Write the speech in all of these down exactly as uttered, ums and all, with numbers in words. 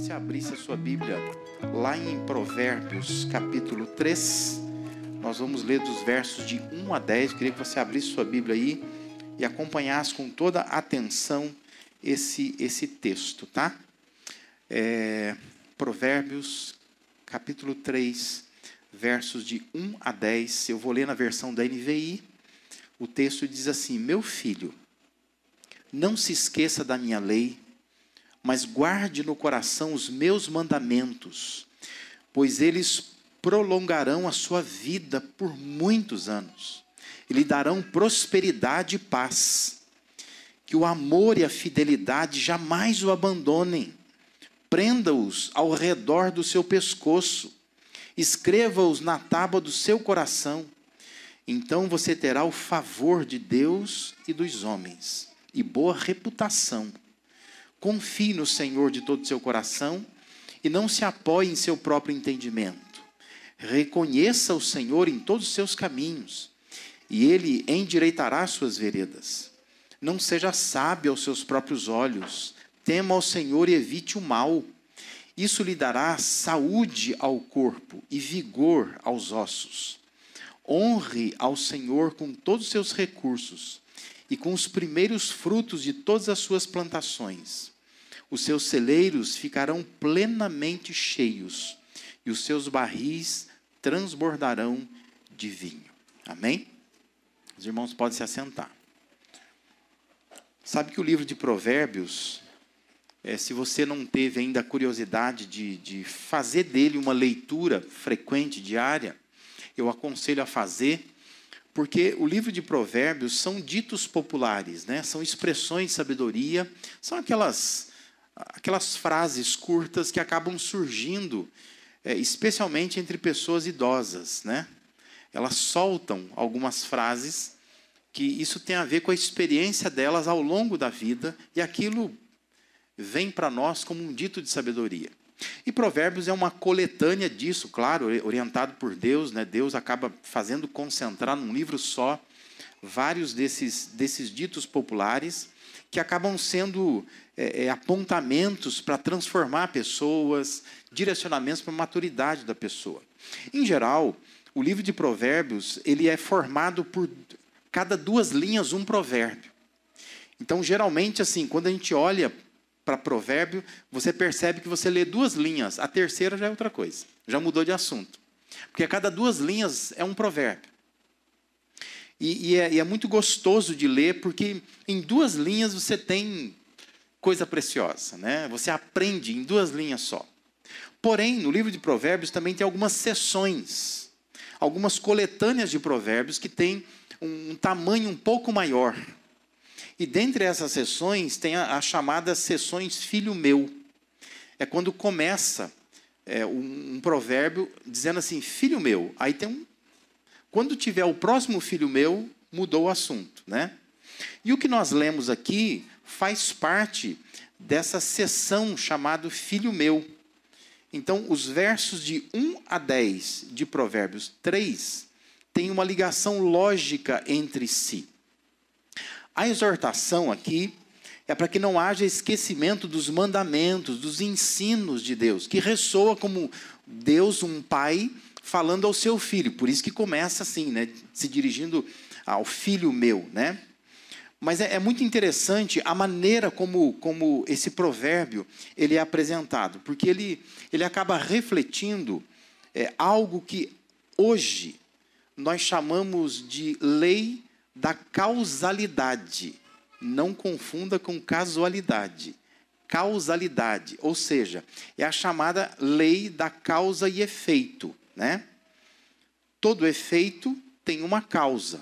você abrisse a sua Bíblia lá em Provérbios, capítulo três. Nós vamos ler dos versos de um a dez. Eu queria que você abrisse sua Bíblia aí e acompanhasse com toda atenção esse, esse texto, tá? É, Provérbios, capítulo três, versos de um a dez. Eu vou ler na versão da N V I. O texto diz assim: meu filho, não se esqueça da minha lei, mas guarde no coração os meus mandamentos, pois eles prolongarão a sua vida por muitos anos e lhe darão prosperidade e paz. Que o amor e a fidelidade jamais o abandonem. Prenda-os ao redor do seu pescoço, escreva-os na tábua do seu coração. Então você terá o favor de Deus e dos homens, e boa reputação. Confie no Senhor de todo o seu coração e não se apoie em seu próprio entendimento. Reconheça o Senhor em todos os seus caminhos e Ele endireitará suas veredas. Não seja sábio aos seus próprios olhos. Tema ao Senhor e evite o mal. Isso lhe dará saúde ao corpo e vigor aos ossos. Honre ao Senhor com todos os seus recursos e com os primeiros frutos de todas as suas plantações. Os seus celeiros ficarão plenamente cheios, e os seus barris transbordarão de vinho. Amém? Os irmãos podem se assentar. Sabe que o livro de Provérbios, é, se você não teve ainda a curiosidade de, de fazer dele uma leitura frequente, diária, eu aconselho a fazer, porque o livro de Provérbios são ditos populares, né? São expressões de sabedoria, são aquelas, aquelas frases curtas que acabam surgindo, é, especialmente entre pessoas idosas, né? Elas soltam algumas frases que isso tem a ver com a experiência delas ao longo da vida, e aquilo vem para nós como um dito de sabedoria. E Provérbios é uma coletânea disso, claro, orientado por Deus, né? Deus acaba fazendo concentrar num livro só vários desses, desses ditos populares que acabam sendo é, é, apontamentos para transformar pessoas, direcionamentos para a maturidade da pessoa. Em geral, o livro de Provérbios ele é formado por cada duas linhas um provérbio. Então, geralmente, assim, quando a gente olha para provérbio, você percebe que você lê duas linhas, a terceira já é outra coisa, já mudou de assunto. Porque a cada duas linhas é um provérbio. E, e, é, e é muito gostoso de ler, porque em duas linhas você tem coisa preciosa, né? Você aprende em duas linhas só. Porém, no livro de Provérbios também tem algumas seções, algumas coletâneas de provérbios que têm um, um tamanho um pouco maior. E dentre essas sessões tem as chamadas sessões Filho Meu. É quando começa é, um, um provérbio dizendo assim, Filho Meu. Aí tem um... Quando tiver o próximo Filho Meu, mudou o assunto, né? E o que nós lemos aqui faz parte dessa sessão chamada Filho Meu. Então, os versos de um a dez de Provérbios três têm uma ligação lógica entre si. A exortação aqui é para que não haja esquecimento dos mandamentos, dos ensinos de Deus, que ressoa como Deus, um pai, falando ao seu filho. Por isso que começa assim, né, se dirigindo ao filho meu, né? Mas é, é muito interessante a maneira como, como esse provérbio ele é apresentado, porque ele, ele acaba refletindo é, algo que hoje nós chamamos de lei da causalidade. Não confunda com casualidade. Causalidade, ou seja, é a chamada lei da causa e efeito, né? Todo efeito tem uma causa.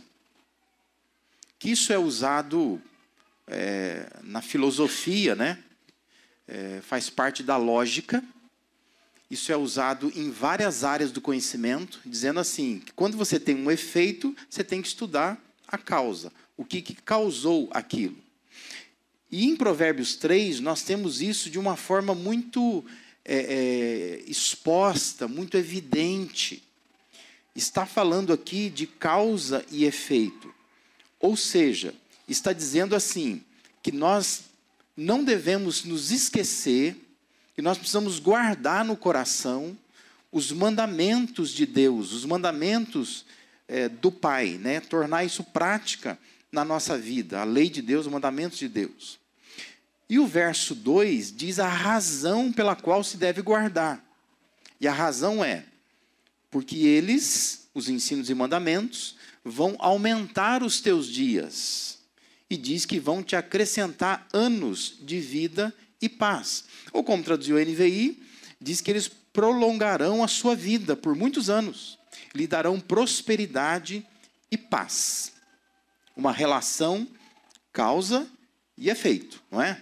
Que isso é usado é, na filosofia, né? É, faz parte da lógica. Isso é usado em várias áreas do conhecimento, dizendo assim, que quando você tem um efeito, você tem que estudar a causa, o que, que causou aquilo. E em Provérbios três, nós temos isso de uma forma muito é, é, exposta, muito evidente. Está falando aqui de causa e efeito. Ou seja, está dizendo assim, que nós não devemos nos esquecer que nós precisamos guardar no coração os mandamentos de Deus, os mandamentos é, do Pai, né? Tornar isso prática na nossa vida, a lei de Deus, os mandamentos de Deus. E o verso dois diz a razão pela qual se deve guardar. E a razão é, porque eles, os ensinos e mandamentos, vão aumentar os teus dias. E diz que vão te acrescentar anos de vida e paz. Ou como traduziu a N V I, diz que eles prolongarão a sua vida por muitos anos. Lhe darão prosperidade e paz. Uma relação causa e efeito, não é?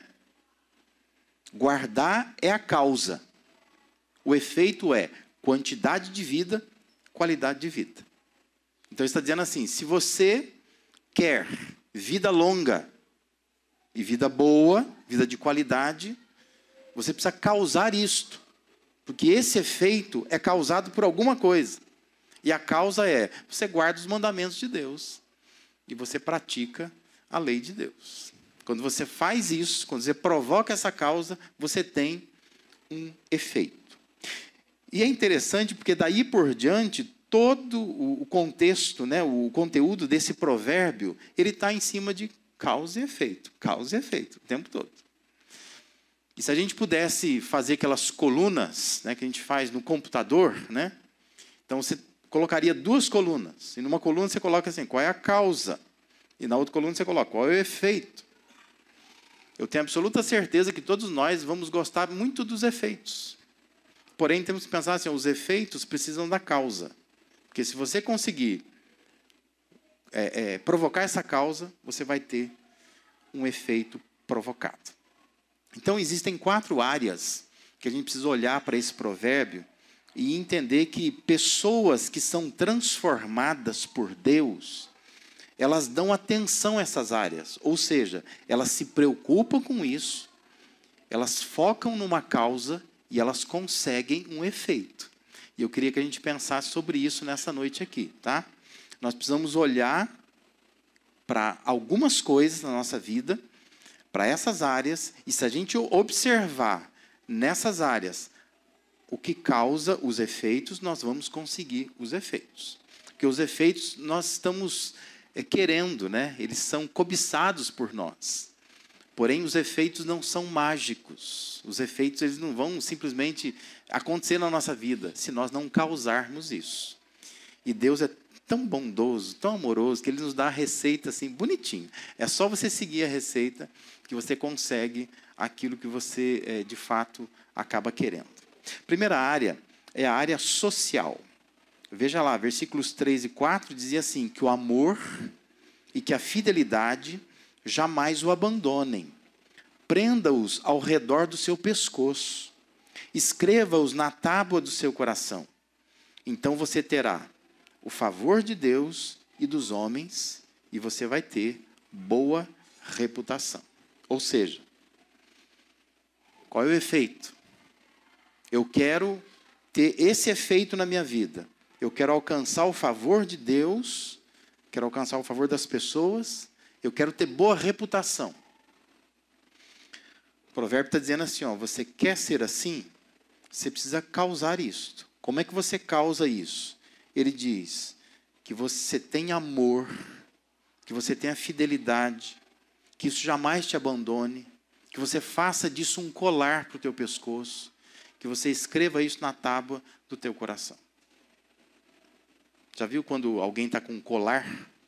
Guardar é a causa. O efeito é quantidade de vida, qualidade de vida. Então, ele está dizendo assim, se você quer vida longa e vida boa, vida de qualidade, você precisa causar isto. Porque esse efeito é causado por alguma coisa. E a causa é, você guarda os mandamentos de Deus. E você pratica a lei de Deus. Quando você faz isso, quando você provoca essa causa, você tem um efeito. E é interessante porque daí por diante, todo o contexto, né, o conteúdo desse provérbio, ele está em cima de causa e efeito. Causa e efeito, o tempo todo. E se a gente pudesse fazer aquelas colunas, né, que a gente faz no computador, né, então você colocaria duas colunas. E numa coluna você coloca assim, qual é a causa? E na outra coluna você coloca, qual é o efeito? Eu tenho absoluta certeza que todos nós vamos gostar muito dos efeitos. Porém, temos que pensar assim, os efeitos precisam da causa. Porque se você conseguir é, é, provocar essa causa, você vai ter um efeito provocado. Então, existem quatro áreas que a gente precisa olhar para esse provérbio e entender que pessoas que são transformadas por Deus, elas dão atenção a essas áreas. Ou seja, elas se preocupam com isso, elas focam numa causa e elas conseguem um efeito. E eu queria que a gente pensasse sobre isso nessa noite aqui, tá? Nós precisamos olhar para algumas coisas na nossa vida, para essas áreas, e se a gente observar nessas áreas o que causa os efeitos, nós vamos conseguir os efeitos. Porque os efeitos nós estamos é, querendo, né? Eles são cobiçados por nós. Porém, os efeitos não são mágicos. Os efeitos eles não vão simplesmente acontecer na nossa vida se nós não causarmos isso. E Deus é tão bondoso, tão amoroso, que Ele nos dá a receita assim, bonitinho. É só você seguir a receita que você consegue aquilo que você, é, de fato, acaba querendo. Primeira área é a área social. Veja lá, versículos três e quatro dizia assim, que o amor e que a fidelidade jamais o abandonem. Prenda-os ao redor do seu pescoço. Escreva-os na tábua do seu coração. Então você terá o favor de Deus e dos homens e você vai ter boa reputação. Ou seja, qual é o efeito? Eu quero ter esse efeito na minha vida. Eu quero alcançar o favor de Deus, quero alcançar o favor das pessoas, eu quero ter boa reputação. O provérbio está dizendo assim, ó, você quer ser assim? Você precisa causar isso. Como é que você causa isso? Ele diz que você tem amor, que você tenha fidelidade, que isso jamais te abandone, que você faça disso um colar para o teu pescoço, que você escreva isso na tábua do teu coração. Já viu quando alguém está com um colar?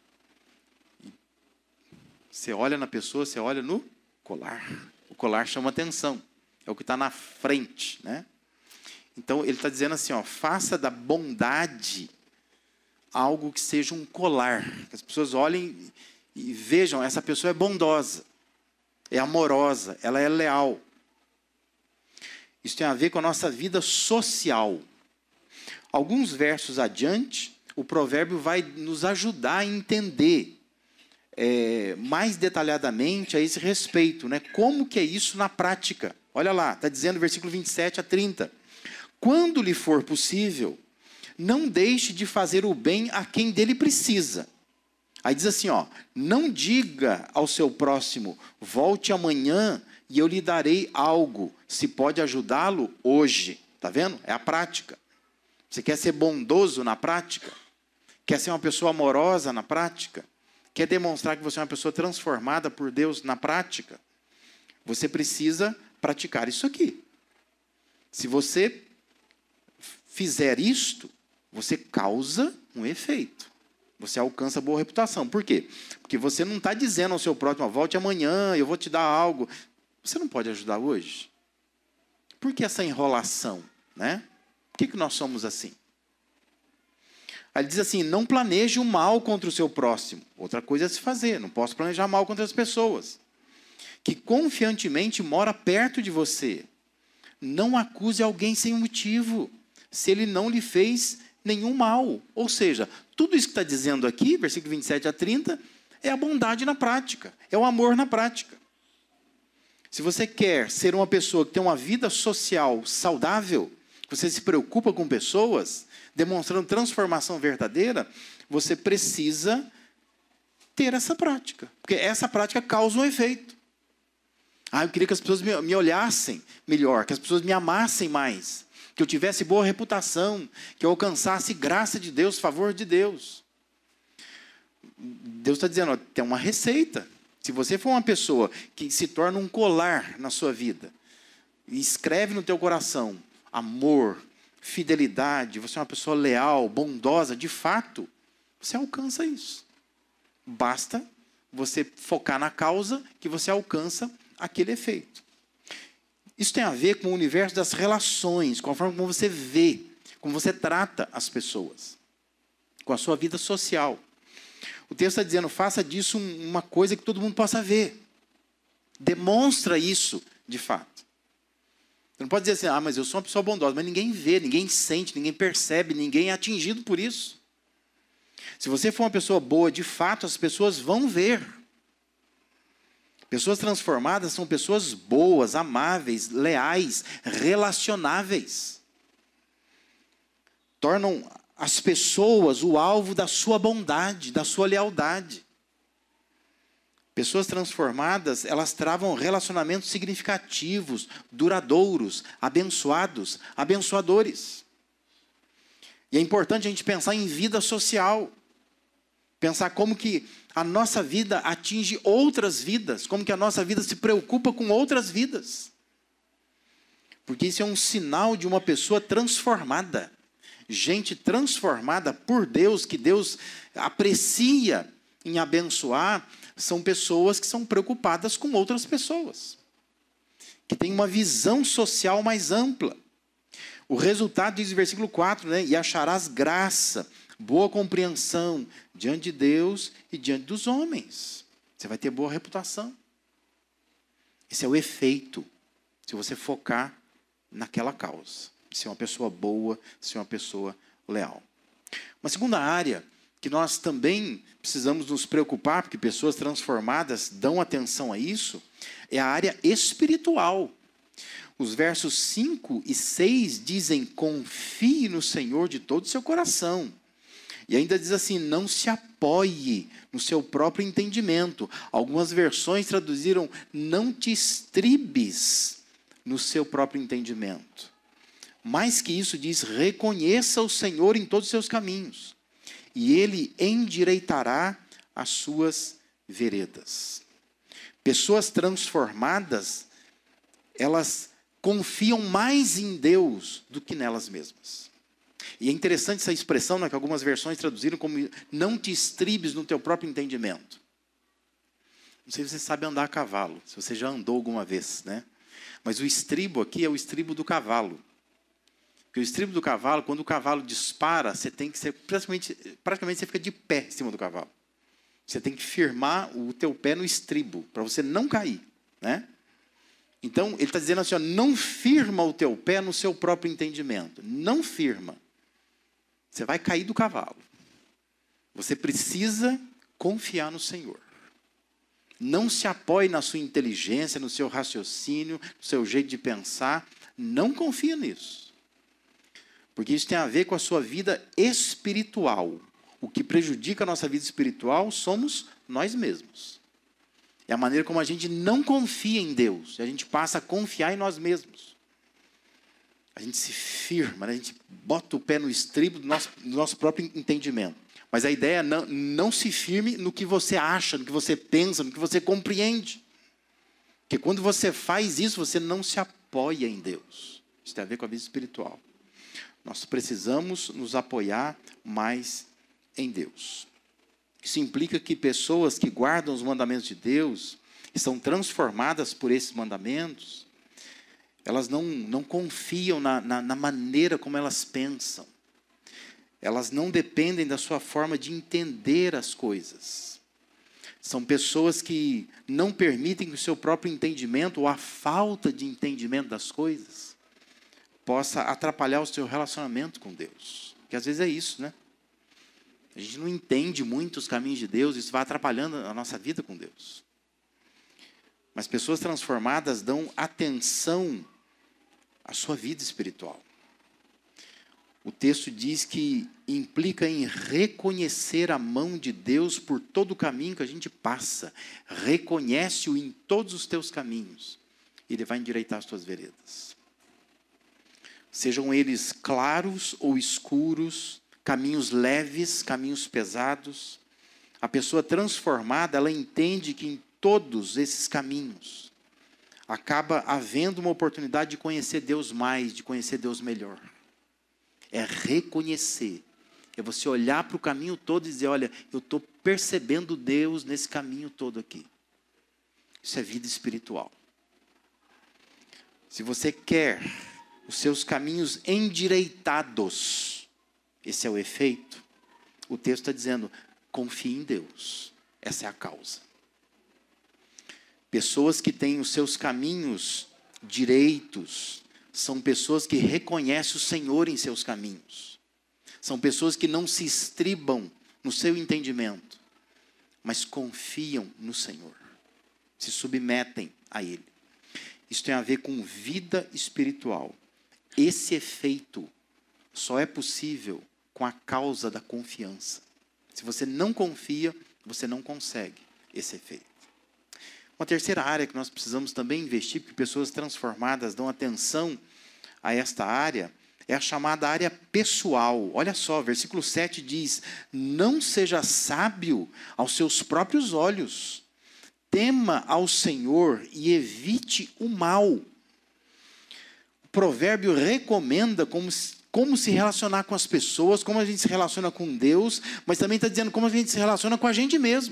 Você olha na pessoa, você olha no colar. O colar chama atenção. É o que está na frente, né? Então, ele está dizendo assim, ó, faça da bondade algo que seja um colar. Que as pessoas olhem e vejam, essa pessoa é bondosa, é amorosa, ela é leal. Isso tem a ver com a nossa vida social. Alguns versos adiante, o provérbio vai nos ajudar a entender É, mais detalhadamente a esse respeito, né? Como que é isso na prática? Olha lá, está dizendo versículo vinte e sete a trinta. Quando lhe for possível, não deixe de fazer o bem a quem dele precisa. Aí diz assim, ó, não diga ao seu próximo, volte amanhã e eu lhe darei algo. Se pode ajudá-lo hoje. Está vendo? É a prática. Você quer ser bondoso na prática? Quer ser uma pessoa amorosa na prática? Quer demonstrar que você é uma pessoa transformada por Deus na prática? Você precisa praticar isso aqui. Se você fizer isto, você causa um efeito. Você alcança boa reputação. Por quê? Porque você não está dizendo ao seu próximo, volte amanhã, eu vou te dar algo. Você não pode ajudar hoje? Por que essa enrolação? Né? Por que, que nós somos assim? Aí ele diz assim, não planeje o mal contra o seu próximo. Outra coisa é se fazer, não posso planejar mal contra as pessoas. Que confiantemente mora perto de você. Não acuse alguém sem motivo, se ele não lhe fez nenhum mal. Ou seja, tudo isso que está dizendo aqui, versículo vinte e sete a trinta, é a bondade na prática, é o amor na prática. Se você quer ser uma pessoa que tem uma vida social saudável, você se preocupa com pessoas, demonstrando transformação verdadeira, você precisa ter essa prática. Porque essa prática causa um efeito. Ah, eu queria que as pessoas me, me olhassem melhor, que as pessoas me amassem mais, que eu tivesse boa reputação, que eu alcançasse graça de Deus, favor de Deus. Deus está dizendo, ó, tem uma receita. Se você for uma pessoa que se torna um colar na sua vida, e escreve no teu coração amor, fidelidade, você é uma pessoa leal, bondosa, de fato, você alcança isso. Basta você focar na causa que você alcança aquele efeito. Isso tem a ver com o universo das relações, com a forma como você vê, como você trata as pessoas, com a sua vida social. O texto está dizendo, faça disso uma coisa que todo mundo possa ver. Demonstra isso, de fato. Você não pode dizer assim, ah, mas eu sou uma pessoa bondosa, mas ninguém vê, ninguém sente, ninguém percebe, ninguém é atingido por isso. Se você for uma pessoa boa, de fato, as pessoas vão ver. Pessoas transformadas são pessoas boas, amáveis, leais, relacionáveis. Tornam as pessoas o alvo da sua bondade, da sua lealdade. Pessoas transformadas, elas travam relacionamentos significativos, duradouros, abençoados, abençoadores. E é importante a gente pensar em vida social. Pensar como que a nossa vida atinge outras vidas, como que a nossa vida se preocupa com outras vidas. Porque isso é um sinal de uma pessoa transformada. Gente transformada por Deus, que Deus aprecia em abençoar, são pessoas que são preocupadas com outras pessoas. Que têm uma visão social mais ampla. O resultado diz no versículo quatro, né? E acharás graça, boa compreensão diante de Deus e diante dos homens. Você vai ter boa reputação. Esse é o efeito, se você focar naquela causa. Ser uma pessoa boa, ser uma pessoa leal. Uma segunda área que nós também precisamos nos preocupar, porque pessoas transformadas dão atenção a isso, é a área espiritual. Os versos cinco e seis dizem, confie no Senhor de todo o seu coração. E ainda diz assim, não se apoie no seu próprio entendimento. Algumas versões traduziram, não te estribes no seu próprio entendimento. Mais que isso diz, reconheça o Senhor em todos os seus caminhos, e Ele endireitará as suas veredas. Pessoas transformadas, elas confiam mais em Deus do que nelas mesmas. E é interessante essa expressão, né, que algumas versões traduziram como não te estribes no teu próprio entendimento. Não sei se você sabe andar a cavalo, se você já andou alguma vez, né? Mas o estribo aqui é o estribo do cavalo. Porque o estribo do cavalo, quando o cavalo dispara, você tem que ser, praticamente, praticamente você fica de pé em cima do cavalo. Você tem que firmar o teu pé no estribo, para você não cair, né? Então, ele está dizendo assim, ó, não firma o teu pé no seu próprio entendimento. Não firma. Você vai cair do cavalo. Você precisa confiar no Senhor. Não se apoie na sua inteligência, no seu raciocínio, no seu jeito de pensar. Não confia nisso. Porque isso tem a ver com a sua vida espiritual. O que prejudica a nossa vida espiritual somos nós mesmos. É a maneira como a gente não confia em Deus. E a gente passa a confiar em nós mesmos. A gente se firma, né? A gente bota o pé no estribo do nosso, do nosso próprio entendimento. Mas a ideia é não, não se firme no que você acha, no que você pensa, no que você compreende. Porque quando você faz isso, você não se apoia em Deus. Isso tem a ver com a vida espiritual. Nós precisamos nos apoiar mais em Deus. Isso implica que pessoas que guardam os mandamentos de Deus, e são transformadas por esses mandamentos, elas não, não confiam na, na, na maneira como elas pensam. Elas não dependem da sua forma de entender as coisas. São pessoas que não permitem que o seu próprio entendimento, ou a falta de entendimento das coisas, possa atrapalhar o seu relacionamento com Deus. Porque às vezes é isso, né? A gente não entende muito os caminhos de Deus, isso vai atrapalhando a nossa vida com Deus. Mas pessoas transformadas dão atenção à sua vida espiritual. O texto diz que implica em reconhecer a mão de Deus por todo o caminho que a gente passa. Reconhece-o em todos os teus caminhos. E Ele vai endireitar as tuas veredas. Sejam eles claros ou escuros, caminhos leves, caminhos pesados. A pessoa transformada, ela entende que em todos esses caminhos acaba havendo uma oportunidade de conhecer Deus mais, de conhecer Deus melhor. É reconhecer. É você olhar para o caminho todo e dizer, olha, eu estou percebendo Deus nesse caminho todo aqui. Isso é vida espiritual. Se você quer os seus caminhos endireitados, esse é o efeito. O texto está dizendo, confie em Deus. Essa é a causa. Pessoas que têm os seus caminhos direitos, são pessoas que reconhecem o Senhor em seus caminhos. São pessoas que não se estribam no seu entendimento, mas confiam no Senhor. Se submetem a Ele. Isso tem a ver com vida espiritual. Esse efeito só é possível com a causa da confiança. Se você não confia, você não consegue esse efeito. Uma terceira área que nós precisamos também investir, porque pessoas transformadas dão atenção a esta área, é a chamada área pessoal. Olha só, versículo sete diz, não seja sábio aos seus próprios olhos, tema ao Senhor e evite o mal. O provérbio recomenda como se, como se relacionar com as pessoas, como a gente se relaciona com Deus, mas também está dizendo como a gente se relaciona com a gente mesmo.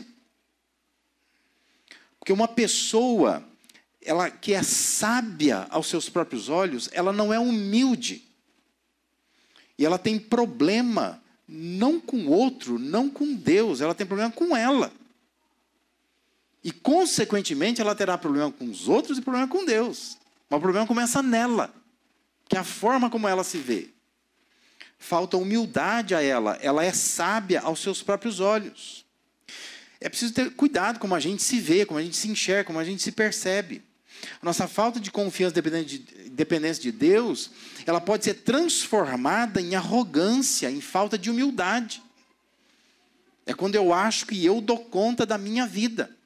Porque uma pessoa, ela que é sábia aos seus próprios olhos, ela não é humilde. E ela tem problema, não com o outro, não com Deus, ela tem problema com ela. E, consequentemente, ela terá problema com os outros e problema com Deus. Mas o problema começa nela, que é a forma como ela se vê. Falta humildade a ela, ela é sábia aos seus próprios olhos. É preciso ter cuidado como a gente se vê, como a gente se enxerga, como a gente se percebe. A nossa falta de confiança e dependência de Deus, ela pode ser transformada em arrogância, em falta de humildade. É quando eu acho que eu dou conta da minha vida.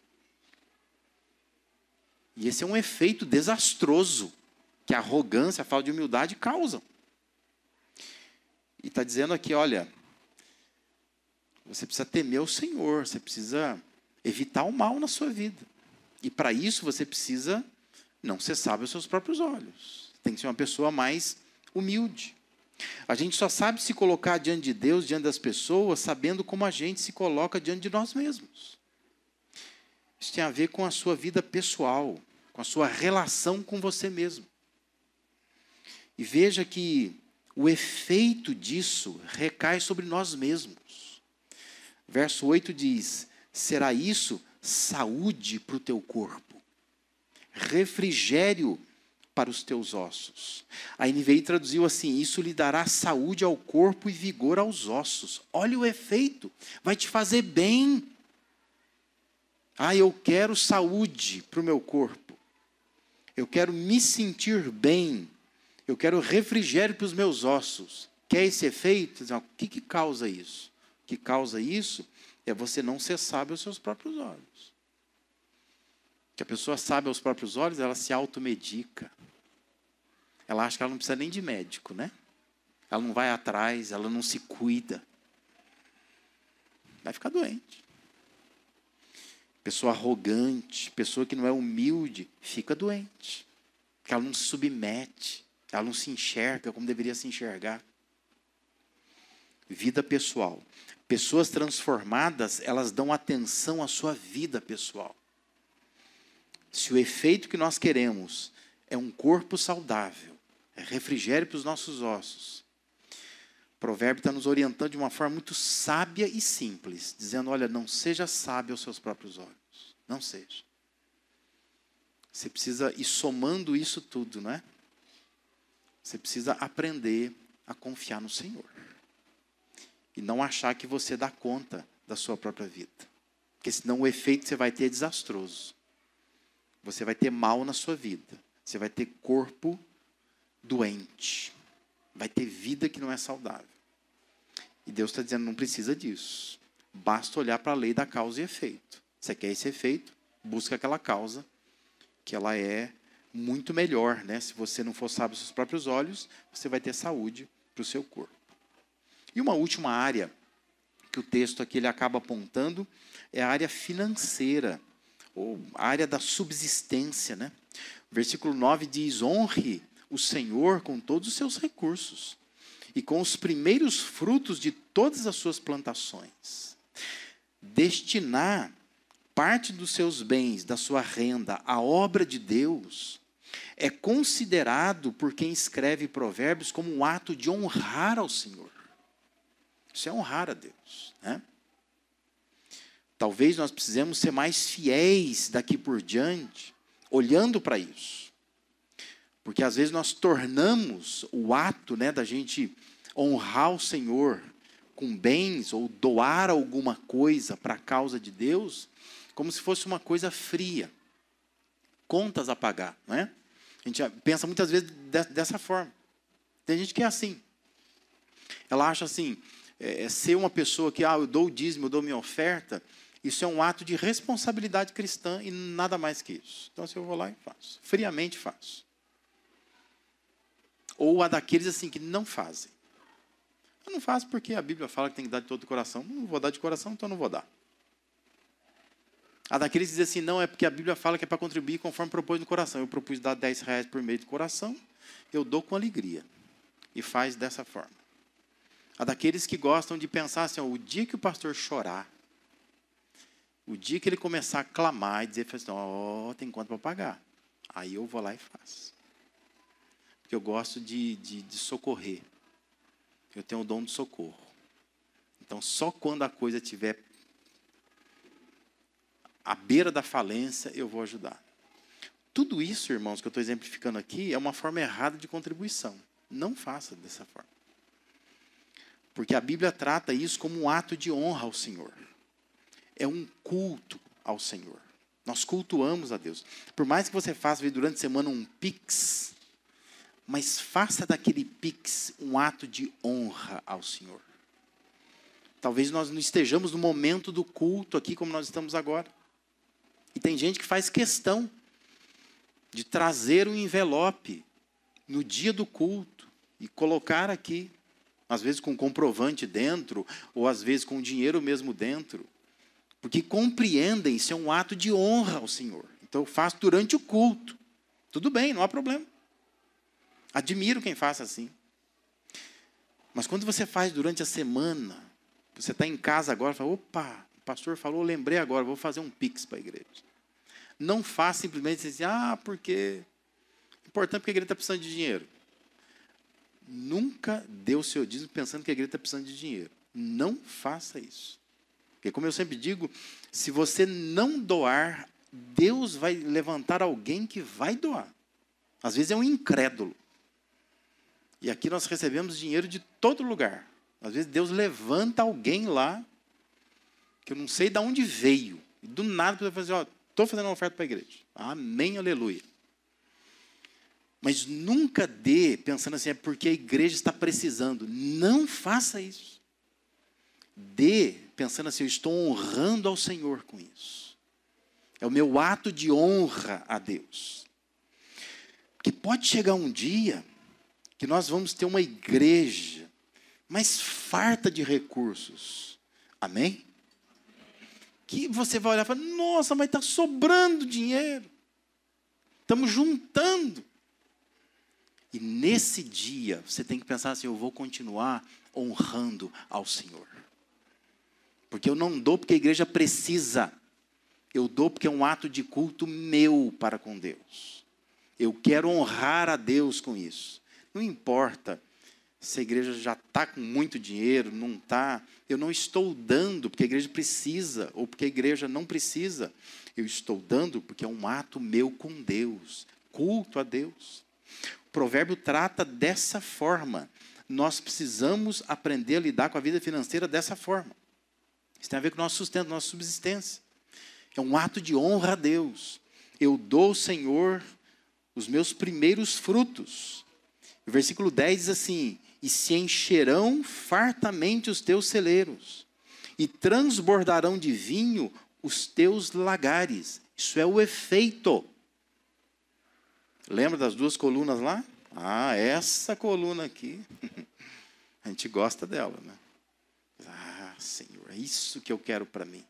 E esse é um efeito desastroso que a arrogância, a falta de humildade causam. E está dizendo aqui, olha, você precisa temer o Senhor, você precisa evitar o mal na sua vida. E para isso você precisa não ser sábio aos seus próprios olhos. Tem que ser uma pessoa mais humilde. A gente só sabe se colocar diante de Deus, diante das pessoas, sabendo como a gente se coloca diante de nós mesmos. Isso tem a ver com a sua vida pessoal, com a sua relação com você mesmo. E veja que o efeito disso recai sobre nós mesmos. Verso oito diz, será isso saúde para o teu corpo, refrigério para os teus ossos. A N V I traduziu assim, isso lhe dará saúde ao corpo e vigor aos ossos. Olha o efeito, vai te fazer bem. Ah, eu quero saúde para o meu corpo. Eu quero me sentir bem. Eu quero refrigério para os meus ossos. Quer esse efeito? O que, que causa isso? O que causa isso é você não ser sábio aos seus próprios olhos. Que a pessoa sabe aos próprios olhos, ela se automedica. Ela acha que ela não precisa nem de médico, né? Ela não vai atrás, ela não se cuida. Vai ficar doente. Pessoa arrogante, pessoa que não é humilde, fica doente. Porque ela não se submete, ela não se enxerga como deveria se enxergar. Vida pessoal. Pessoas transformadas, elas dão atenção à sua vida pessoal. Se o efeito que nós queremos é um corpo saudável, é refrigério para os nossos ossos, o provérbio está nos orientando de uma forma muito sábia e simples, dizendo, olha, não seja sábio aos seus próprios olhos. Não seja. Você precisa ir somando isso tudo, não é? Você precisa aprender a confiar no Senhor. E não achar que você dá conta da sua própria vida. Porque senão o efeito que você vai ter é desastroso. Você vai ter mal na sua vida. Você vai ter corpo doente. Vai ter vida que não é saudável. E Deus está dizendo, não precisa disso. Basta olhar para a lei da causa e efeito. Você quer esse efeito? Busca aquela causa, que ela é muito melhor, né? Se você não for sábio aos seus próprios olhos, você vai ter saúde para o seu corpo. E uma última área que o texto aqui ele acaba apontando é a área financeira, ou a área da subsistência, né? O versículo nove diz, honre o Senhor com todos os seus recursos e com os primeiros frutos de todas as suas plantações. Destinar parte dos seus bens, da sua renda, à obra de Deus, é considerado por quem escreve provérbios como um ato de honrar ao Senhor. Isso é honrar a Deus, né? Talvez nós precisemos ser mais fiéis daqui por diante, olhando para isso. Porque às vezes nós tornamos o ato, né, da gente honrar o Senhor com bens ou doar alguma coisa para a causa de Deus, como se fosse uma coisa fria. Contas a pagar, não é? A gente pensa muitas vezes dessa forma. Tem gente que é assim. Ela acha assim, é, ser uma pessoa que, ah, eu dou o dízimo, eu dou minha oferta, isso é um ato de responsabilidade cristã e nada mais que isso. Então, assim, eu vou lá e faço. Friamente faço. Ou a daqueles assim que não fazem. Eu não faço porque a Bíblia fala que tem que dar de todo o coração. Não vou dar de coração, então não vou dar. A daqueles que dizem assim, não, é porque a Bíblia fala que é para contribuir conforme propôs no coração. Eu propus dar dez reais por mês de coração, eu dou com alegria. E faz dessa forma. A daqueles que gostam de pensar assim, ó, o dia que o pastor chorar, o dia que ele começar a clamar e dizer assim, ó, oh, tem conta para pagar. Aí eu vou lá e faço. Porque eu gosto de, de, de socorrer. Eu tenho o dom de socorro. Então, só quando a coisa estiver à beira da falência, eu vou ajudar. Tudo isso, irmãos, que eu estou exemplificando aqui, é uma forma errada de contribuição. Não faça dessa forma. Porque a Bíblia trata isso como um ato de honra ao Senhor. É um culto ao Senhor. Nós cultuamos a Deus. Por mais que você faça durante a semana um pix, mas faça daquele pix um ato de honra ao Senhor. Talvez nós não estejamos no momento do culto aqui como nós estamos agora. E tem gente que faz questão de trazer um envelope no dia do culto e colocar aqui, às vezes com comprovante dentro, ou às vezes com dinheiro mesmo dentro, porque compreendem isso é um ato de honra ao Senhor. Então eu faço durante o culto. Tudo bem, não há problema. Admiro quem faça assim. Mas quando você faz durante a semana, você está em casa agora, fala, opa, o pastor falou, lembrei agora, vou fazer um pix para a igreja. Não faça simplesmente assim, ah, porque... Importante porque a igreja está precisando de dinheiro. Nunca dê o seu dízimo pensando que a igreja está precisando de dinheiro. Não faça isso. Porque, como eu sempre digo, se você não doar, Deus vai levantar alguém que vai doar. Às vezes é um incrédulo. E aqui nós recebemos dinheiro de todo lugar. Às vezes Deus levanta alguém lá, que eu não sei de onde veio. E do nada você vai dizer, ó, estou fazendo uma oferta para a igreja. Amém, aleluia. Mas nunca dê pensando assim, é porque a igreja está precisando. Não faça isso. Dê pensando assim, eu estou honrando ao Senhor com isso. É o meu ato de honra a Deus. Que pode chegar um dia que nós vamos ter uma igreja mais farta de recursos. Amém? Que você vai olhar e falar, nossa, mas está sobrando dinheiro. Estamos juntando. E nesse dia, você tem que pensar assim, eu vou continuar honrando ao Senhor. Porque eu não dou porque a igreja precisa. Eu dou porque é um ato de culto meu para com Deus. Eu quero honrar a Deus com isso. Não importa se a igreja já está com muito dinheiro, não está. Eu não estou dando porque a igreja precisa, ou porque a igreja não precisa. Eu estou dando porque é um ato meu com Deus. Culto a Deus. O provérbio trata dessa forma. Nós precisamos aprender a lidar com a vida financeira dessa forma. Isso tem a ver com o nosso sustento, nossa subsistência. É um ato de honra a Deus. Eu dou ao Senhor os meus primeiros frutos. O versículo dez diz assim, e se encherão fartamente os teus celeiros, e transbordarão de vinho os teus lagares. Isso é o efeito. Lembra das duas colunas lá? Ah, essa coluna aqui, a gente gosta dela, né? Ah, Senhor, é isso que eu quero para mim.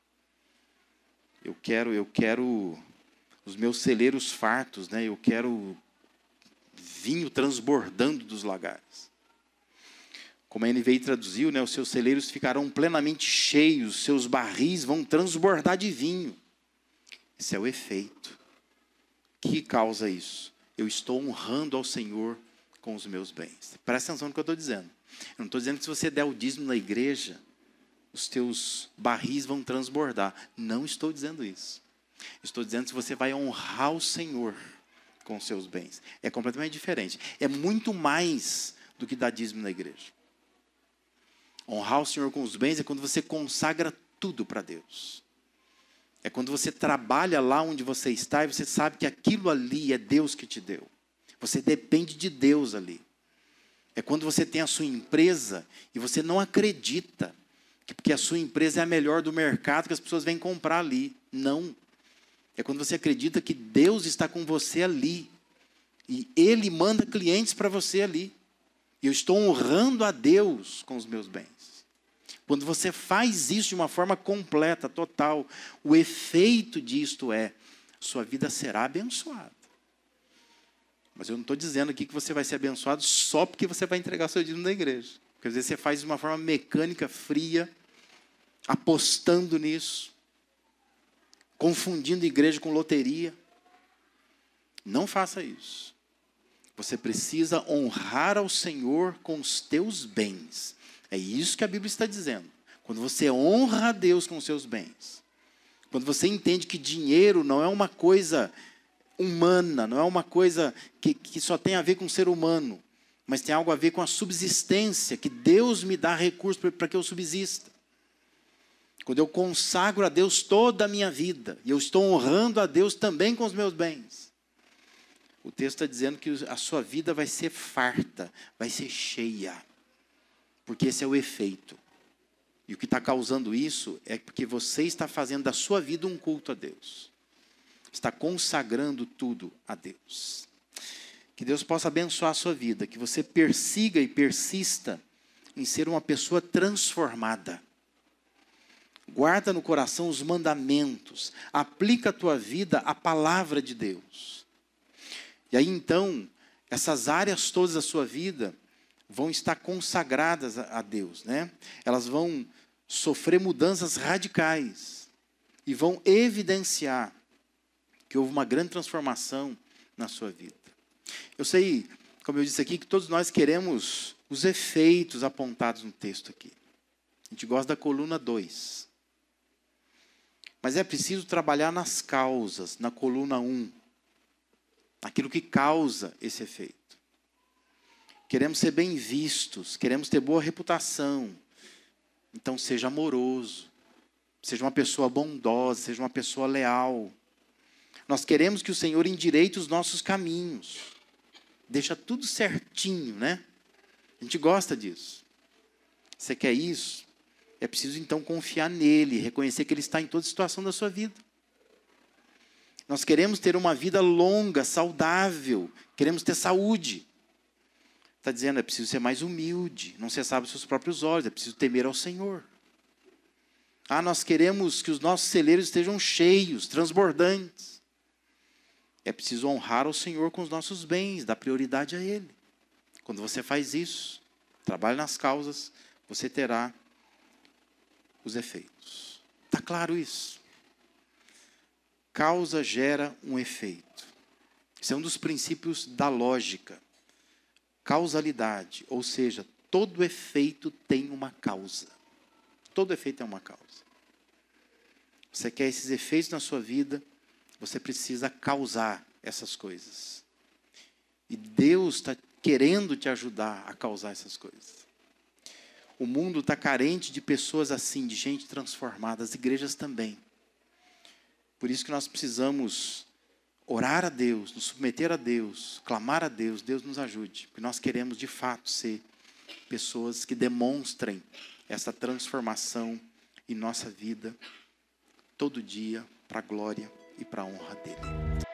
Eu quero, eu quero os meus celeiros fartos, né? Eu quero vinho transbordando dos lagares. Como a N V I traduziu, né? Os seus celeiros ficarão plenamente cheios, seus barris vão transbordar de vinho. Esse é o efeito. O que causa isso? Eu estou honrando ao Senhor com os meus bens. Presta atenção no que eu estou dizendo. Eu não estou dizendo que se você der o dízimo na igreja, os teus barris vão transbordar. Não estou dizendo isso. Estou dizendo que você vai honrar o Senhor com os seus bens. É completamente diferente. É muito mais do que dar dízimo na igreja. Honrar o Senhor com os bens é quando você consagra tudo para Deus. É quando você trabalha lá onde você está e você sabe que aquilo ali é Deus que te deu. Você depende de Deus ali. É quando você tem a sua empresa e você não acredita que porque a sua empresa é a melhor do mercado que as pessoas vêm comprar ali. Não. É quando você acredita que Deus está com você ali. E Ele manda clientes para você ali. E eu estou honrando a Deus com os meus bens. Quando você faz isso de uma forma completa, total, o efeito disto é, sua vida será abençoada. Mas eu não estou dizendo aqui que você vai ser abençoado só porque você vai entregar seu dízimo na igreja. Porque às vezes você faz de uma forma mecânica, fria, apostando nisso, confundindo igreja com loteria. Não faça isso. Você precisa honrar ao Senhor com os teus bens. É isso que a Bíblia está dizendo. Quando você honra a Deus com os seus bens, quando você entende que dinheiro não é uma coisa humana, não é uma coisa que, que só tem a ver com o ser humano, mas tem algo a ver com a subsistência, que Deus me dá recursos para que eu subsista. Quando eu consagro a Deus toda a minha vida, e eu estou honrando a Deus também com os meus bens, o texto está dizendo que a sua vida vai ser farta, vai ser cheia. Porque esse é o efeito. E o que está causando isso é porque você está fazendo da sua vida um culto a Deus. Está consagrando tudo a Deus. Que Deus possa abençoar a sua vida. Que você persiga e persista em ser uma pessoa transformada. Guarda no coração os mandamentos. Aplica a tua vida à palavra de Deus. E aí então, essas áreas todas da sua vida vão estar consagradas a Deus, né? Elas vão sofrer mudanças radicais e vão evidenciar que houve uma grande transformação na sua vida. Eu sei, como eu disse aqui, que todos nós queremos os efeitos apontados no texto aqui. A gente gosta da coluna dois. Mas é preciso trabalhar nas causas, na coluna um. Aquilo que causa esse efeito. Queremos ser bem vistos, queremos ter boa reputação. Então seja amoroso, seja uma pessoa bondosa, seja uma pessoa leal. Nós queremos que o Senhor endireite os nossos caminhos. Deixa tudo certinho, né? A gente gosta disso. Você quer isso? É preciso então confiar nele, reconhecer que ele está em toda situação da sua vida. Nós queremos ter uma vida longa, saudável. Queremos ter saúde. Está dizendo, é preciso ser mais humilde. Não cessar os seus próprios olhos. É preciso temer ao Senhor. Ah, nós queremos que os nossos celeiros estejam cheios, transbordantes. É preciso honrar ao Senhor com os nossos bens, dar prioridade a Ele. Quando você faz isso, trabalhe nas causas, você terá os efeitos. Está claro isso? Causa gera um efeito. Esse é um dos princípios da lógica. Causalidade, ou seja, todo efeito tem uma causa. Todo efeito é uma causa. Você quer esses efeitos na sua vida, você precisa causar essas coisas. E Deus está querendo te ajudar a causar essas coisas. O mundo está carente de pessoas assim, de gente transformada, as igrejas também. Por isso que nós precisamos orar a Deus, nos submeter a Deus, clamar a Deus, Deus nos ajude. Porque nós queremos, de fato, ser pessoas que demonstrem essa transformação em nossa vida, todo dia, para a glória e para a honra dEle.